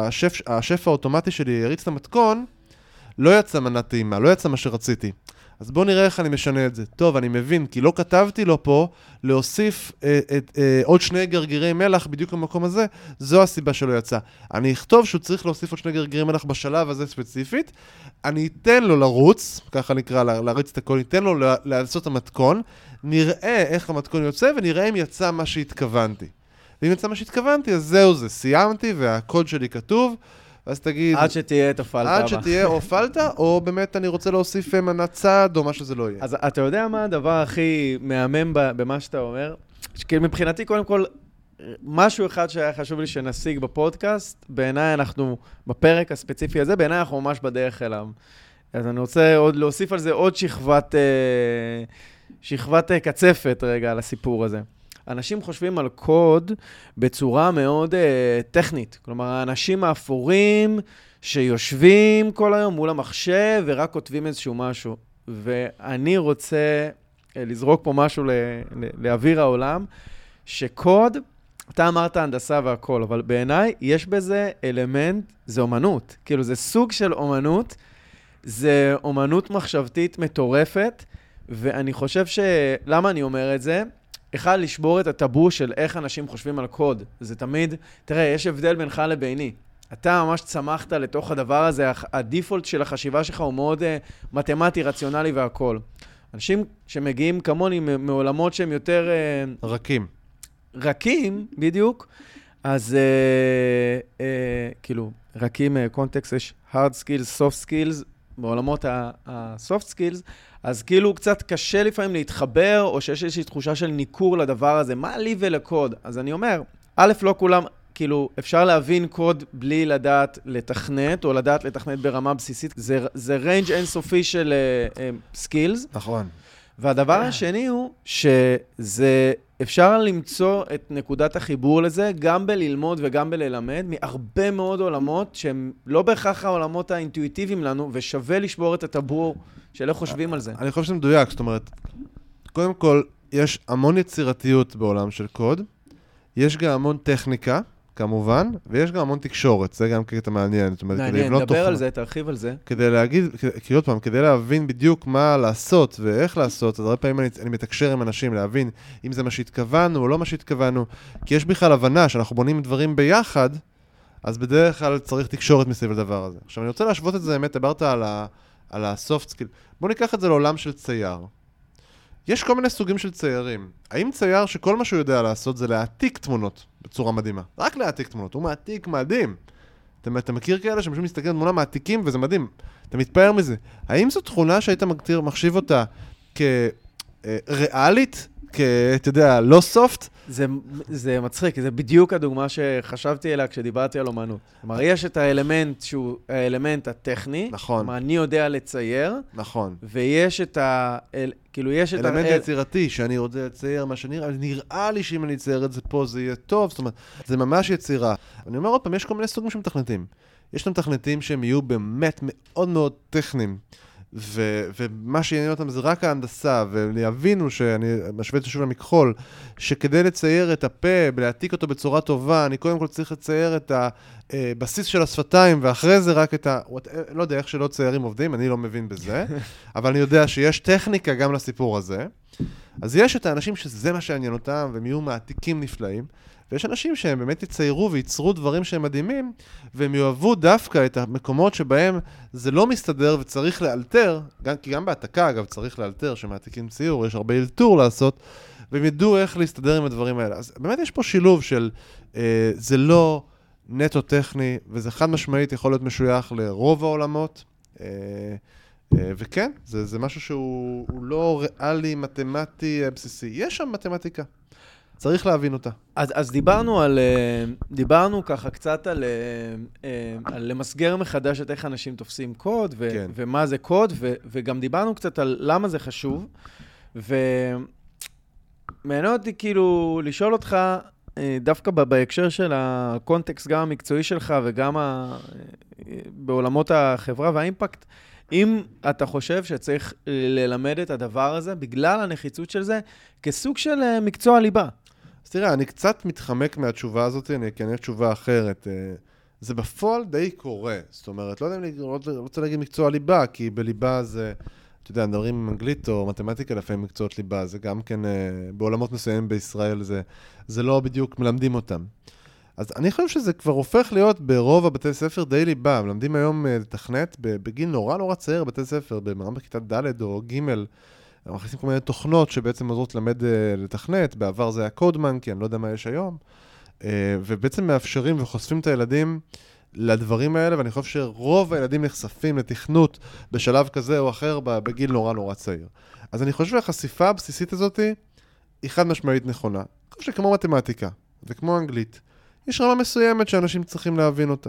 שהשף האוטומטי שלי הריץ את המתכון, לא יצא מנה טעימה, לא יצא מה שרציתי. אז בואו נראה איך אני משנה את זה. טוב, אני מבין, כי לא כתבתי לו פה להוסיף עוד 2 גרגירי מלח בדיוק במקום הזה, זו הסיבה שלא יצא. אני אכתוב שהוא צריך להוסיף עוד 2 גרגירי מלח בשלב הזה ספציפית, אני אתן לו לרוץ, ככה נקרא, להריץ את הכל, ניתן לו לעשות את המתכון, נראה איך המתכון יוצא, ונראה אם יצא מה שהתכוונתי. ואם יצא מה שהתכוונתי, אז זהו זה, סיימתי, והקוד שלי כתוב, אז תגיד... עד שתהיה את הפלטה. עד שתהיה או פלטה, או באמת אני רוצה להוסיף מנה צד, או מה שזה לא יהיה. אז אתה יודע מה הדבר הכי מהמם במה שאתה אומר? כי מבחינתי, קודם כל, משהו אחד שהיה חשוב לי שנשיג בפודקאסט, בעיניי אנחנו, בפרק הספציפי הזה, בעיניי אנחנו ממש בדרך אליו. אז אני רוצה עוד להוסיף על זה עוד שכבת קצפת רגע על הסיפור הזה. אנשים חושבים על קוד בצורה מאוד טכנית. כלומר, האנשים האפורים שיושבים כל היום מול המחשב ורק כותבים איזשהו משהו. ואני רוצה לזרוק פה משהו לאוויר העולם, שקוד, אתה אמרת הנדסה והכל, אבל בעיניי יש בזה אלמנט, זה אומנות. כאילו זה סוג של אומנות, זה אומנות מחשבתית מטורפת, ואני חושב למה אני אומר את זה? אחד, לשבור את הטאבו של איך אנשים חושבים על קוד. זה תמיד, תראה, יש הבדל בינך לביני. אתה ממש צמחת לתוך הדבר הזה, הדיפולט של החשיבה שלך הוא מאוד מתמטי, רציונלי והכל. אנשים שמגיעים כמוני מעולמות שהם יותר... רכים, בדיוק. אז כאילו, רכים קונטקסט, יש hard skills, soft skills, בעולמות ה-soft skills, אז כאילו קצת קשה לפעמים להתחבר, או שיש איזושהי תחושה של ניכור לדבר הזה. מה לי ולקוד? אז אני אומר, א', לא כולם, כאילו, אפשר להבין קוד בלי לדעת לתכנת, או לדעת לתכנת ברמה בסיסית. זה ריינג' אינסופי של סקילס. נכון. והדבר השני הוא שזה אפשר למצוא את נקודת החיבור לזה, גם בללמוד וגם בללמד, מהרבה מאוד עולמות שהם לא בהכרח העולמות האינטואיטיביים לנו, ושווה לשבור את הטבור של איך חושבים על זה. אני חושב שזה מדויק, זאת אומרת, קודם כל, יש המון יצירתיות בעולם של קוד, יש גם המון טכניקה, כמובן, ויש גם המון תקשורת, זה גם קטע מעניין. מעניין, דבר על זה, תרחיב על זה. כדי להגיד, כי עוד פעם, כדי להבין בדיוק מה לעשות ואיך לעשות, אז הרבה פעמים אני מתקשר עם אנשים להבין אם זה מה שהתכוונו או לא מה שהתכוונו, כי יש בכלל הבנה שאנחנו בונים דברים ביחד, אז בדרך כלל צריך תקשורת מסביב לדבר הזה. עכשיו, אני רוצה להשוות את זה, באמת, דיברת על ה-soft skill. בואו ניקח את זה לעולם של צייר. יש כל מיני סוגים של ציירים. האם צייר שכל מה שהוא יודע לעשות זה להעתיק תמונות בצורה מדהימה? רק להעתיק תמונות, הוא מעתיק מדהים. אתה מכיר כאלה שמשהו מסתכל על תמונה מעתיקים וזה מדהים. אתה מתפאר מזה. האם זו תכונה שהיית מחשיב אותה כריאלית? אתה יודע, לא סופט? זה מצחיק, זה בדיוק הדוגמה שחשבתי אליה כשדיברתי על אומנות. כלומר, יש את האלמנט שהוא האלמנט הטכני, נכון. מה אני יודע לצייר, נכון. ויש את כאילו יש את אלמנט יצירתי, שאני רוצה לצייר מה שנראה לי שאם אני אצייר את זה פה זה יהיה טוב, זאת אומרת, זה ממש יצירה. אני אומר עוד פעם, יש כל מיני סוגים של מתכנתים. יש להם מתכנתים שהם יהיו באמת מאוד מאוד טכניים, ומה שיעניין אותם זה רק ההנדסה, ויבינו שאני משווה את זה שוב למכחול, שכדי לצייר את הפה, להעתיק אותו בצורה טובה, אני קודם כל צריך לצייר את הבסיס של השפתיים, ואחרי זה רק את לא יודע איך שלא ציירים עובדים, אני לא מבין בזה, אבל אני יודע שיש טכניקה גם לסיפור הזה. אז יש את האנשים שזה מה שעניין אותם, והם יהיו מעתיקים נפלאים, ויש אנשים שהם באמת יציירו וייצרו דברים שהם מדהימים, והם יאהבו דווקא את המקומות שבהם זה לא מסתדר וצריך לאלתר, כי גם בהעתקה אגב צריך לאלתר, שמעתיקים ציור, יש הרבה אלתור לעשות, והם ידעו איך להסתדר עם הדברים האלה. אז באמת יש פה שילוב של, זה לא נטו טכני, וזה חד משמעית יכול להיות משוייך לרוב העולמות, וכן, זה משהו שהוא לא ריאלי, מתמטי, בסיסי. יש שם מתמטיקה. צריך להבין אותה. אז דיברנו ככה קצת על למסגר מחדש את איך אנשים תופסים קוד, ומה זה קוד, וגם דיברנו קצת על למה זה חשוב, ומעניין אותי כאילו לשאול אותך, דווקא בהקשר של הקונטקסט גם המקצועי שלך, וגם בעולמות החברה והאימפקט, אם אתה חושב שצריך ללמד את הדבר הזה, בגלל הנחיצות של זה, כסוג של מקצוע ליבה. אז תראה, אני קצת מתחמק מהתשובה הזאת, אני אענה תשובה אחרת. זה בפועל די קורה. זאת אומרת, לא יודע אם אני רוצה להגיד מקצוע ליבה, כי בליבה זה, אתה יודע, מדברים עם אנגלית או מתמטיקה לפעמים מקצועות ליבה, זה גם כן, בעולמות מסוימים בישראל, זה לא בדיוק מלמדים אותם. אז אני חושב שזה כבר הופך להיות ברוב הבתי ספר די ליבה. מלמדים היום לתכנת בגיל נורא צעיר בבתי ספר, ברמה בכיתה ד' או ג', הם מכניסים כל מיני תוכנות שבעצם עוזרות למד לתכנת, בעבר זה היה קודמן, כי אני לא יודע מה יש היום, ובעצם מאפשרים וחושפים את הילדים לדברים האלה, ואני חושב שרוב הילדים נחשפים לתכנות בשלב כזה או אחר בגיל נורא צעיר. אז אני חושב שהחשיפה הבסיסית הזאת היא חד משמעית נכונה. אני חושב שכמו מתמטיקה וכמו אנגלית, יש רמה מסוימת שאנשים צריכים להבין אותה.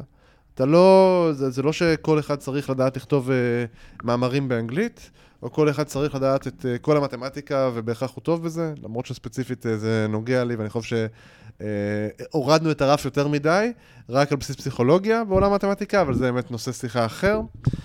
זה לא שכל אחד צריך לדעת לכתוב מאמרים באנגלית, או כל אחד צריך לדעת את כל המתמטיקה ובהכרח הוא טוב בזה, למרות שספציפית זה נוגע לי, ואני חושב שהורדנו את הרף יותר מדי, רק על בסיס פסיכולוגיה בעולם המתמטיקה, אבל זה באמת נושא שיחה אחר.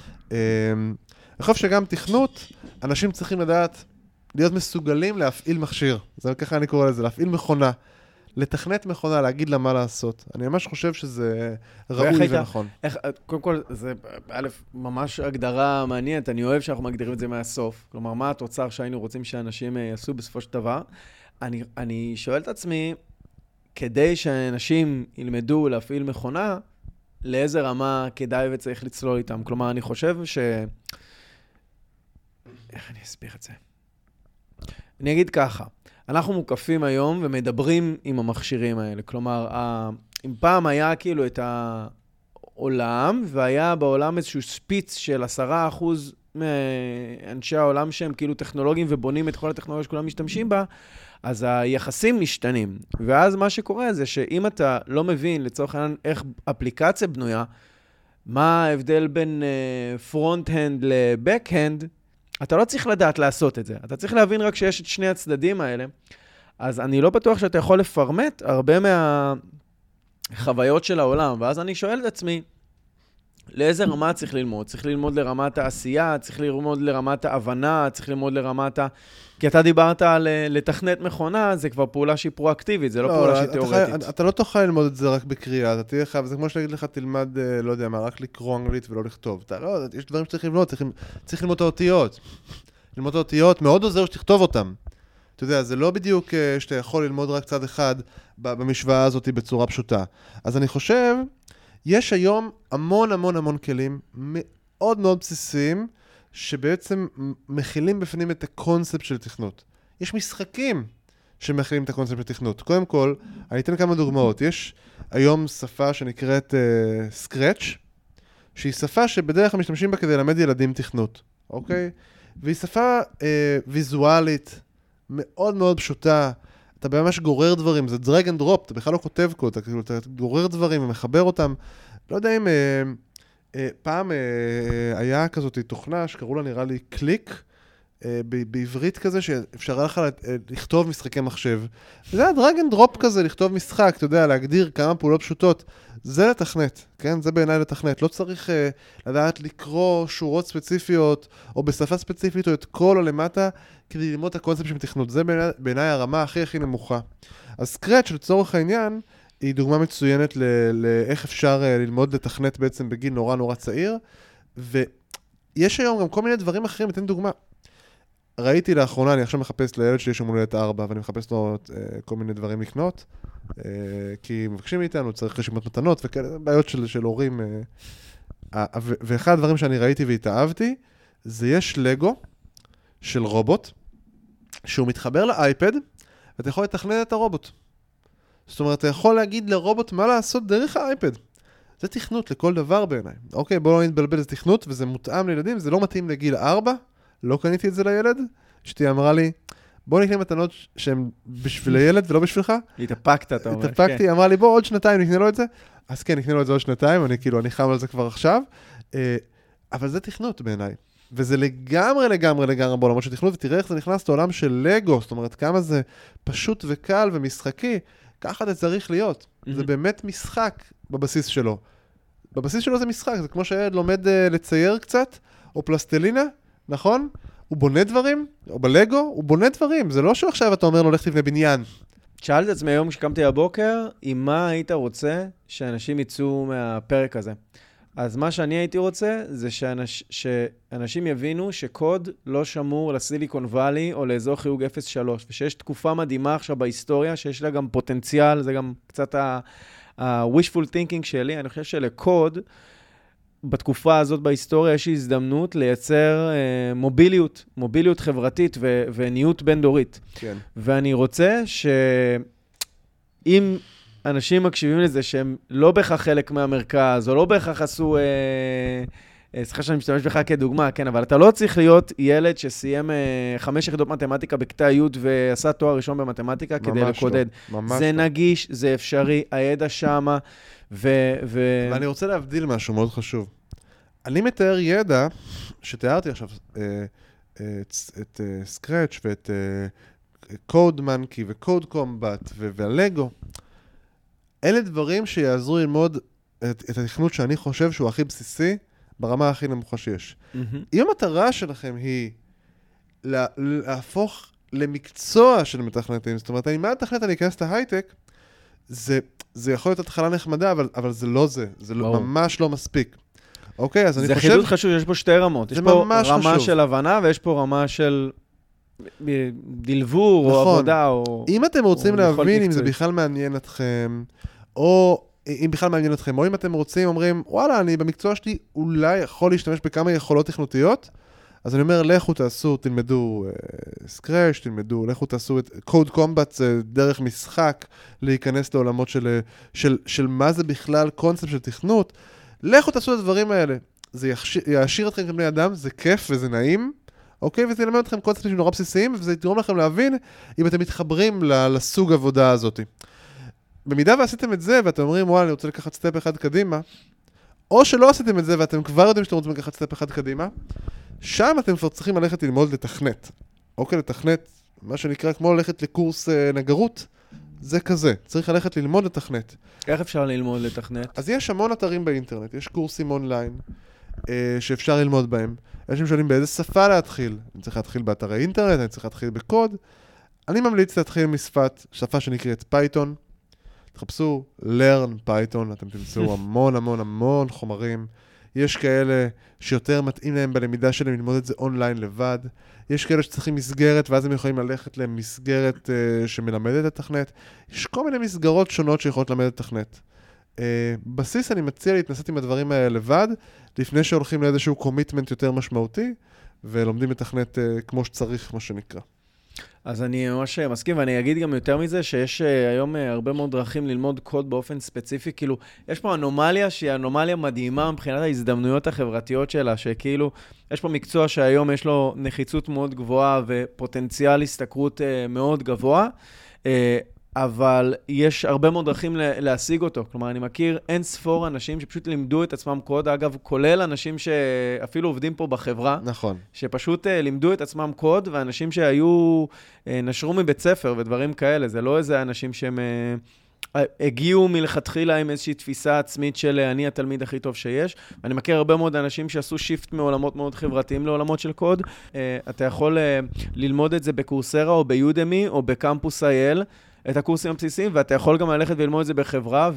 אני חושב שגם תכנות, אנשים צריכים לדעת להיות מסוגלים להפעיל מכשיר. זה ככה אני קורא לזה, להפעיל מכונה. לתכנת מכונה, להגיד לה מה לעשות. אני ממש חושב שזה ראוי ונכון. קודם כל, זה ממש הגדרה מעניינת. אני אוהב שאנחנו מגדירים את זה מהסוף. כלומר, מה התוצר שהיינו רוצים שאנשים יעשו בסופו של דבר. אני שואל את עצמי, כדי שאנשים ילמדו להפעיל מכונה, לאיזה רמה כדאי וצריך לצלול איתם. כלומר, אני חושב איך אני אסביר את זה? אני אגיד ככה. אנחנו מוקפים היום ומדברים עם המכשירים האלה. כלומר, אם פעם היה כאילו את העולם, והיה בעולם איזשהו ספיץ של 10% אנשי העולם שהם כאילו טכנולוגיים ובונים את כל הטכנולוגיה שכולם משתמשים בה, אז היחסים משתנים. ואז מה שקורה זה שאם אתה לא מבין לצורך העניין איך אפליקציה בנויה, מה ההבדל בין פרונט-הנד לבק-הנד, אתה לא צריך לדעת לעשות את זה. אתה צריך להבין רק שיש את שני הצדדים האלה. אז אני לא בטוח שאתה יכול לפרמט הרבה מהחוויות של העולם. ואז אני שואל את עצמי, לאיזה רמה צריך ללמוד? צריך ללמוד לרמת העשייה, צריך ללמוד לרמת ההבנה, צריך ללמוד לרמת כי אתה דיברת על לתכנת מכונה, זה כבר פעולה שהיא פרואקטיבית, זה לא פעולה שהיא תיאורטית. אתה לא תוכל ללמוד את זה רק בקריאה, אתה תהיה חייב, זה כמו שאני אגיד לך, תלמד, לא יודע מה, רק לקרוא אנגלית ולא לכתוב. יש דברים שצריך ללמוד, צריך ללמוד את האותיות. ללמוד את האותיות, מאוד עוזר שתכתוב אותם. אתה יודע, זה לא בדיוק שאתה יכול ללמוד רק צד אחד במשוואה הזאת בצורה פשוטה. אז אני חושב, יש היום המון המון המון כלים מאוד מאוד בסיסיים, שבעצם מכילים בפנים את הקונספט של תכנות. יש משחקים שמכילים את הקונספט של תכנות. קודם כל, אני אתן כמה דוגמאות. יש היום שפה שנקראת Scratch, שהיא שפה שבדרך כלל משתמשים בה כדי ללמד ילדים תכנות, אוקיי? והיא שפה ויזואלית, מאוד מאוד פשוטה. אתה ממש גורר דברים, זה drag and drop, אתה בכלל לא כותב קוד, אתה גורר דברים ומחבר אותם. לא יודע אם פעם היה כזאת תוכנה שקראו לה נראה לי קליק, בעברית כזה שאפשר לך לכתוב משחקי מחשב. זה היה drag and drop כזה, לכתוב משחק, אתה יודע, להגדיר כמה פעולות פשוטות. זה לתכנת, כן? זה בעיניי לתכנת. לא צריך לדעת לקרוא שורות ספציפיות, או בשפה ספציפית, או את כל או למטה, כדי ללמוד את הקונספט של תכנות. זה בעיניי הרמה הכי נמוכה. אז Scratch, לצורך העניין, היא דוגמה מצוינת לאיך אפשר ללמוד לתכנת בעצם בגיל נורא צעיר, ויש היום גם כל מיני דברים אחרים, אתן דוגמה. ראיתי לאחרונה, אני עכשיו מחפש לילד שלי יום הולדת 4, ואני מחפש לו כל מיני דברים לקנות, כי מבקשים מאיתנו, צריך רשימות מתנות וכאלה, בעיות של הורים. ואחד הדברים שאני ראיתי והתאהבתי, זה יש לגו של רובוט, שהוא מתחבר לאייפד, ואתה יכול לתכנן את הרובוט. זאת אומרת, אתה יכול להגיד לרובוט מה לעשות דרך האייפד. זה תכנות לכל דבר בעיניי. אוקיי, בואו לא נתבלבל, זה תכנות, וזה מותאם לילדים, זה לא מתאים לגיל 4, לא קניתי את זה לילד. אשתי אמרה לי, בוא נקנה מתנות שהן בשביל הילד ולא בשבילך. התאפקת, אתה אומר. התאפקתי, אמרה לי, בוא עוד שנתיים נקנה לו את זה. אז כן, נקנה לו את זה עוד שנתיים, אני חם על זה כבר עכשיו. אבל זה תכנות בעיניי. וזה לגמרי בעולמות של תכנות, ותראה איך זה נכנס לעולם של לגו, זאת אומרת, כמה זה פשוט וקל ומשחקי, ככה זה צריך להיות. זה באמת משחק בבסיס שלו. בבסיס שלו זה משחק, זה כמו שהילד לומד לצייר קצת, או פלסטלינה, נכון? הוא בונה דברים, או בלגו, הוא בונה דברים. זה לא שעכשיו אתה אומר לו, לך תבנה בניין. שאלת את עצמי היום כשקמתי הבוקר, עם מה היית רוצה שאנשים יצאו מהפרק הזה? אז מה שאני הייתי רוצה, זה שאנשים יבינו שקוד לא שמור לסיליקון ואלי או לאזור חיוג 03, ושיש תקופה מדהימה עכשיו בהיסטוריה, שיש לה גם פוטנציאל, זה גם קצת ה-wishful thinking שלי, אני חושב שלקוד, בתקופה הזאת בהיסטוריה יש הזדמנות לייצר מוביליות חברתית וניות בין-דורית. כן. ואני רוצה שאם אנשים מקשיבים לזה שהם לא בהכרח חלק מהמרכז, או לא בהכרח עשו, סליחה שאני משתמש בך כדוגמה, כן, אבל אתה לא צריך להיות ילד שסיים 5 יחידות מתמטיקה בכיתה י' ועשה תואר ראשון במתמטיקה כדי לקודד. זה נגיש, זה אפשרי, הידע שמה, ואני רוצה להבדיל משהו מאוד חשוב. אני מתאר ידע שתיארתי עכשיו את Scratch ואת Code Monkey ו-Code Combat והלגו. אלה דברים שיעזרו ללמוד את התכנות שאני חושב שהוא הכי בסיסי ברמה הכי נמוכה שיש. אם המטרה שלכם היא להפוך למקצוע של מתכנתים, זאת אומרת, אני מה מתכנת, אני אכנס את ההייטק, זה יכול להיות התחלה נחמדה, אבל זה לא זה. זה ממש לא מספיק. אוקיי, אז אני חושב... זה חידוד חשוב, יש פה 2 רמות. יש פה רמה של הבנה, ויש פה רמה של דלבור, או עבודה, או... אם אתם רוצים להבין אם זה בכלל מעניין אתכם, או אם בכלל מעניין אתכם, או אם אתם רוצים, אומרים, וואלה, אני במקצוע שלי אולי יכול להשתמש בכמה יכולות תכנותיות, אז אני אומר, לכו תעשו, תלמדו Scratch, לכו תעשו את Code Combat, זה דרך משחק להיכנס לעולמות של מה זה בכלל קונספט של תכנות, לכו תעשו את הדברים האלה. זה יעשיר אתכם כבני אדם, זה כיף וזה נעים, אוקיי? וזה ילמד אתכם קונספטים נורא בסיסיים, וזה יתרום לכם להבין אם אתם מתחברים לסוג עבודה הזאת. במידה ועשיתם את זה, ואתם אומרים, וואלה, אני רוצה לקחת סטפ אחד קדימה, או שלא עשיתם את זה, ואתם כבר יודעים שאתם רוצים לקחת סטפ אחד קדימה, שם אתם כבר צריכים ללכת ללמוד לתכנת. אוקיי, לתכנת, מה שנקרא כמו ללכת לקורס נגרות, זה כזה, צריך ללכת ללמוד לתכנת. איך אפשר ללמוד לתכנת? אז יש המון אתרים באינטרנט, יש קורסים אונליין שאפשר ללמוד בהם. אנשים שואלים באיזה שפה להתחיל. אני צריך להתחיל באתרי אינטרנט, אני צריך להתחיל בקוד. אני ממליץ להתחיל שפה שנקראת פייתון. תחפשו learn Python, אתם תמצאו המון המון המון חומרים. יש כאלה שיותר מתאים להם בלמידה שלהם ללמוד את זה אונליין לבד. יש כאלה שצריכים מסגרת, ואז הם יכולים ללכת למסגרת שמלמדת לתכנת. יש כל מיני מסגרות שונות שיכולות ללמד לתכנת. בסיס אני מציע להתנסות עם הדברים האלה לבד, לפני שהולכים לאיזשהו קומיטמנט יותר משמעותי, ולומדים לתכנת כמו שצריך, מה שנקרא. אז אני ממש מסכים, ואני אגיד גם יותר מזה, שיש היום הרבה מאוד דרכים ללמוד קוד באופן ספציפי, כאילו, יש פה אנומליה שהיא אנומליה מדהימה מבחינת ההזדמנויות החברתיות שלה, שכאילו, יש פה מקצוע שהיום יש לו נחיצות מאוד גבוהה, ופוטנציאל הסתכרות מאוד גבוה, אבל יש הרבה מאוד דרכים להשיג אותו. כלומר, אני מכיר אין ספור אנשים שפשוט לימדו את עצמם קוד, אגב, כולל אנשים שאפילו עובדים פה בחברה. נכון. שפשוט לימדו את עצמם קוד, ואנשים שהיו, נשרו מבית ספר ודברים כאלה. זה לא איזה אנשים שהם הגיעו מלכתחילה עם איזושהי תפיסה עצמית של אני התלמיד הכי טוב שיש. אני מכיר הרבה מאוד אנשים שעשו שיפט מעולמות מאוד חברתיים לעולמות של קוד. אתה יכול ללמוד את זה בקורסרה או ביודמי או בקמפוס IL. את הקורסים הבסיסיים, ואתה יכול גם ללכת וללמוד את זה בחברה,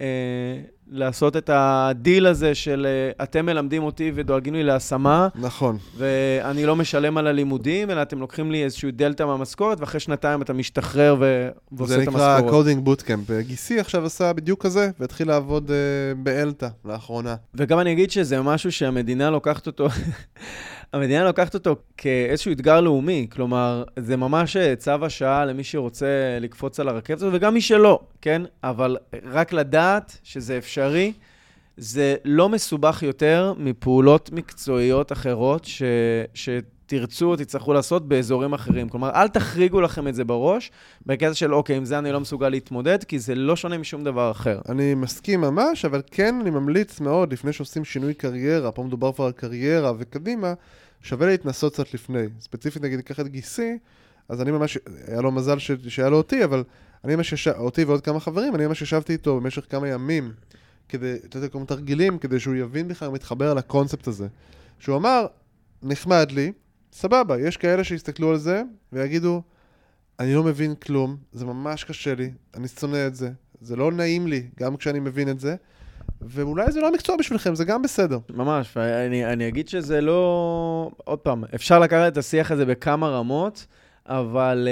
ולעשות את הדיל הזה של אתם מלמדים אותי ודואגים לי להשמה. נכון. ואני לא משלם על הלימודים, אלא אתם לוקחים לי איזשהו דלטה מהמשכורת, ואחרי שנתיים אתה משתחרר ועושה את המשכורת. זה נקרא קודינג בוטקאמפ. גיסי עכשיו עשה בדיוק כזה, והתחיל לעבוד באלטה לאחרונה. וגם אני אגיד שזה משהו שהמדינה לוקחת אותו... המדינה לוקחת אותו כאיזשהו אתגר לאומי, כלומר, זה ממש צו השעה למי שרוצה לקפוץ על הרכבת הזאת, וגם מי שלא, כן? אבל רק לדעת שזה אפשרי, זה לא מסובך יותר מפעולות מקצועיות אחרות שתרצו או תצטרכו לעשות באזורים אחרים. כלומר, אל תחריגו לכם את זה בראש, בקטע של אוקיי, עם זה אני לא מסוגל להתמודד, כי זה לא שונה משום דבר אחר. אני מסכים ממש, אבל כן אני ממליץ מאוד, לפני שעושים שינוי קריירה, פה מדובר כבר על קריירה וקדימה, שווה להתנסות קצת לפני. ספציפית נגיד, לקח את גיסי, אז אני ממש, היה לו מזל שהיה לו אותי, אבל אני ממש אותי ועוד כמה חברים, אני ממש ישבתי איתו במשך כמה ימים, כדי, אתה יודע, כמה תרגילים, כדי שהוא יבין בכלל מתחבר על הקונספט הזה. שהוא אמר, נחמד לי, סבבה, יש כאלה שיסתכלו על זה ויגידו, אני לא מבין כלום, זה ממש קשה לי, אני שונא את זה, זה לא נעים לי, גם כשאני מבין את זה, ואולי זה לא המקצוע בשבילכם, זה גם בסדר. ממש, ואני אגיד שזה לא... עוד פעם, אפשר לקחת את השיח הזה בכמה רמות, אבל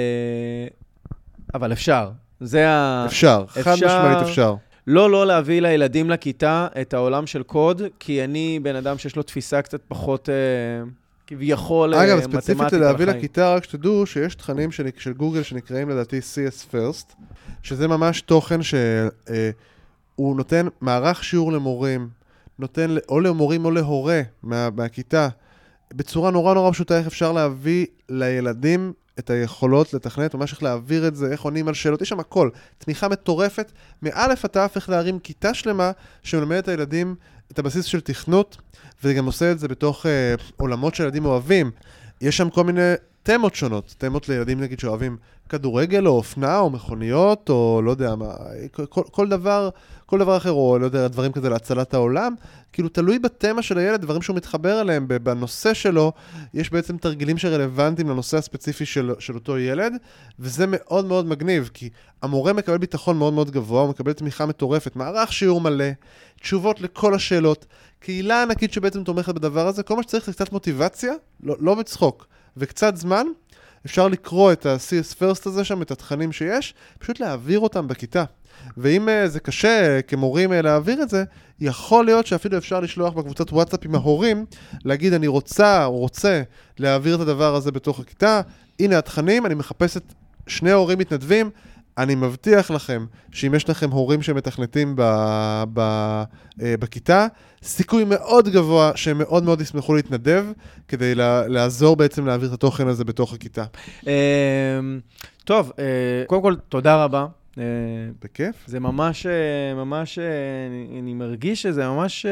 אפשר. אפשר, חד משמעית אפשר. לא להביא לילדים לכיתה את העולם של קוד, כי אני בן אדם שיש לו תפיסה קצת פחות כביכול מתמטיקה לחיים. אגב, ספציפית להביא לכיתה, רק שתדעו שיש תכנים של גוגל שנקראים לדעתי CS First, שזה ממש תוכן הוא נותן מערך שיעור למורים, נותן או למורים או להורה מהכיתה, בצורה נורא נורא פשוטה איך אפשר להביא לילדים את היכולות לתכנת, ממש איך להעביר את זה, איך עונים על שאלות, יש שם הכל, תמיכה מטורפת, מאלף אתה איך להרים כיתה שלמה שמלמד את הילדים את הבסיס של תכנות, וזה גם עושה את זה בתוך עולמות שילדים אוהבים. יש שם כל מיני תמות שונות, תמות לילדים נגיד שאוהבים כדורגל או אופנה או מכוניות או לא יודע מה, כל דבר אחר או לא יודע, דברים כזה להצלת העולם, כאילו תלוי בתמה של הילד, דברים שהוא מתחבר אליהם בנושא שלו, יש בעצם תרגילים שרלוונטיים לנושא הספציפי של אותו ילד, וזה מאוד מאוד מגניב, כי המורה מקבל ביטחון מאוד מאוד גבוה, הוא מקבל תמיכה מטורפת, מערך שיעור מלא, תשובות לכל השאלות, קהילה ענקית שבעצם תומכת בדבר הזה, כל מה שצריך זה קצת מוטיבציה, לא בצחוק, וקצת זמן, אפשר לקרוא את ה-CS First הזה שם, את התכנים שיש, פשוט להעביר אותם בכיתה. ואם זה קשה כמורים להעביר את זה, יכול להיות שאפילו אפשר לשלוח בקבוצת וואטסאפ עם ההורים, להגיד אני רוצה להעביר את הדבר הזה בתוך הכיתה, הנה התכנים, אני מחפשת 2 הורים מתנדבים, אני מבטיח לכם שאם יש לכם הורים שמתכנתים בכיתה, סיכוי מאוד גבוה שהם מאוד מאוד ישמחו להתנדב, כדי לעזור בעצם להעביר את התוכן הזה בתוך הכיתה. טוב, קודם כל, תודה רבה. בכיף. זה ממש, אני מרגיש שזה ממש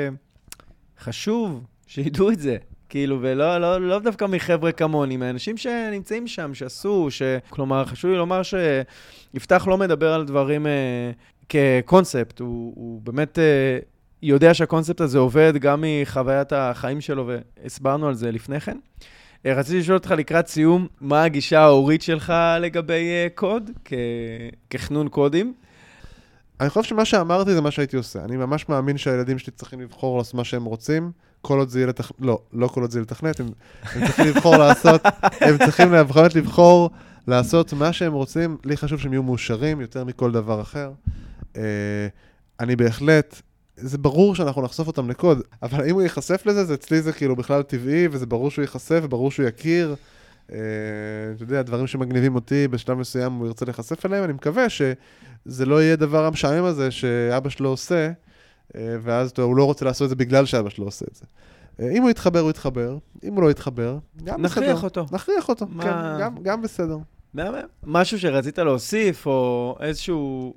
חשוב שידעו את זה. כאילו, ולא דווקא מחבר'ה כמוני, מאנשים שנמצאים שם, שעשו, כלומר, חשוב לי לומר שיפתח לא מדבר על דברים כקונספט, הוא באמת יודע שהקונספט הזה עובד גם מחוויית החיים שלו, והסברנו על זה לפני כן. רציתי לשאול אותך לקראת סיום, מה הגישה ההורית שלך לגבי קוד, כחנון קודים? אני חושב שמה שאמרתי זה מה שהייתי עושה. אני ממש מאמין שהילדים שלי צריכים לבחור לעשות מה שהם רוצים, כל עוד זה יהיה לא כל עוד זה יהיה לתכנת, הם צריכים לבחור לעשות, הם צריכים לבחור לעשות מה שהם רוצים. לי חשוב שהם יהיו מאושרים יותר מכל דבר אחר. אני בהחלט, זה ברור שאנחנו נחשוף אותם לקוד, אבל אם הוא ייחשף לזה, זה אצלי זה כאילו בכלל טבעי, וזה ברור שהוא ייחשף, וברור שהוא יכיר. אתה יודע, דברים שמגניבים אותי בשלב מסוים הוא ירצה להיחשף אליהם, אני מקווה שזה לא יהיה דבר המשעמם הזה שאבא שלו עושה, ואז הוא לא רוצה לעשות את זה בגלל שאבא שלו עושה את זה. אם הוא יתחבר, הוא יתחבר. אם הוא לא יתחבר, גם בסדר. נכריח אותו, כן, גם בסדר. משהו שרצית להוסיף, או איזשהו...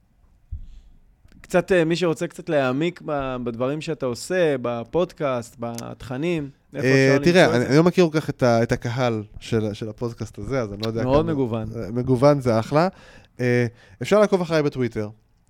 קצת, מי שרוצה קצת להעמיק בדברים שאתה עושה, בפודקאסט, בתכנים, איפה אפשר למצוא את זה? תראה, אני לא מכיר כל כך את הקהל של הפודקאסט הזה, אז אני לא יודע כמה... מאוד מגוון. מגוון זה אחלה. אפשר לעקוב אחריי בטוויטר.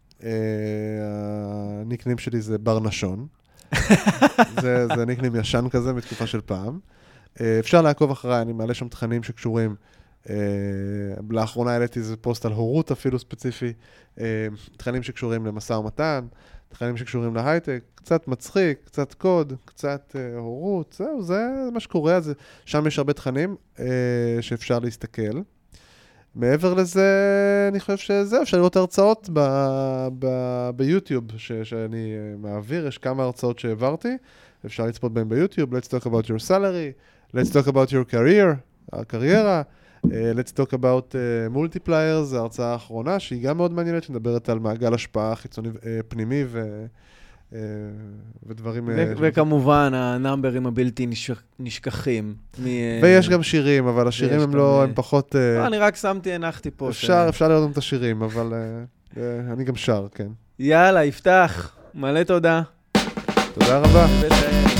הניקנים שלי זה בר נשון. זה ניקנים ישן כזה מתקופה של פעם. אפשר לעקוב אחריי, אני מעלה שם תכנים שקשורים. לאחרונה העליתי איזה פוסט על הורות אפילו ספציפי. תכנים שקשורים למשא ומתן, תכנים שקשורים להייטק, קצת מצחיק, קצת קוד, קצת הורות. זהו, זה מה שקורה. שם יש הרבה תכנים שאפשר להסתכל. מעבר לזה, אני חושב שזה, אפשר לראות הרצאות ביוטיוב שאני מעביר, יש כמה הרצאות שהעברתי, אפשר לצפות בהן ביוטיוב, let's talk about your salary, let's talk about your career, הקריירה, let's talk about multipliers, זו ההרצאה האחרונה, שהיא גם מאוד מעניינת, שמדברת על מעגל השפעה חיצוני פנימי ודברים... וכמובן, הנאמברים הבלתי נשכחים. ויש גם שירים, אבל השירים הם לא, הם פחות... אני רק הנחתי פה. אפשר לראות את השירים, אבל אני גם שר, כן. יאללה, יפתח. מלא תודה. תודה רבה.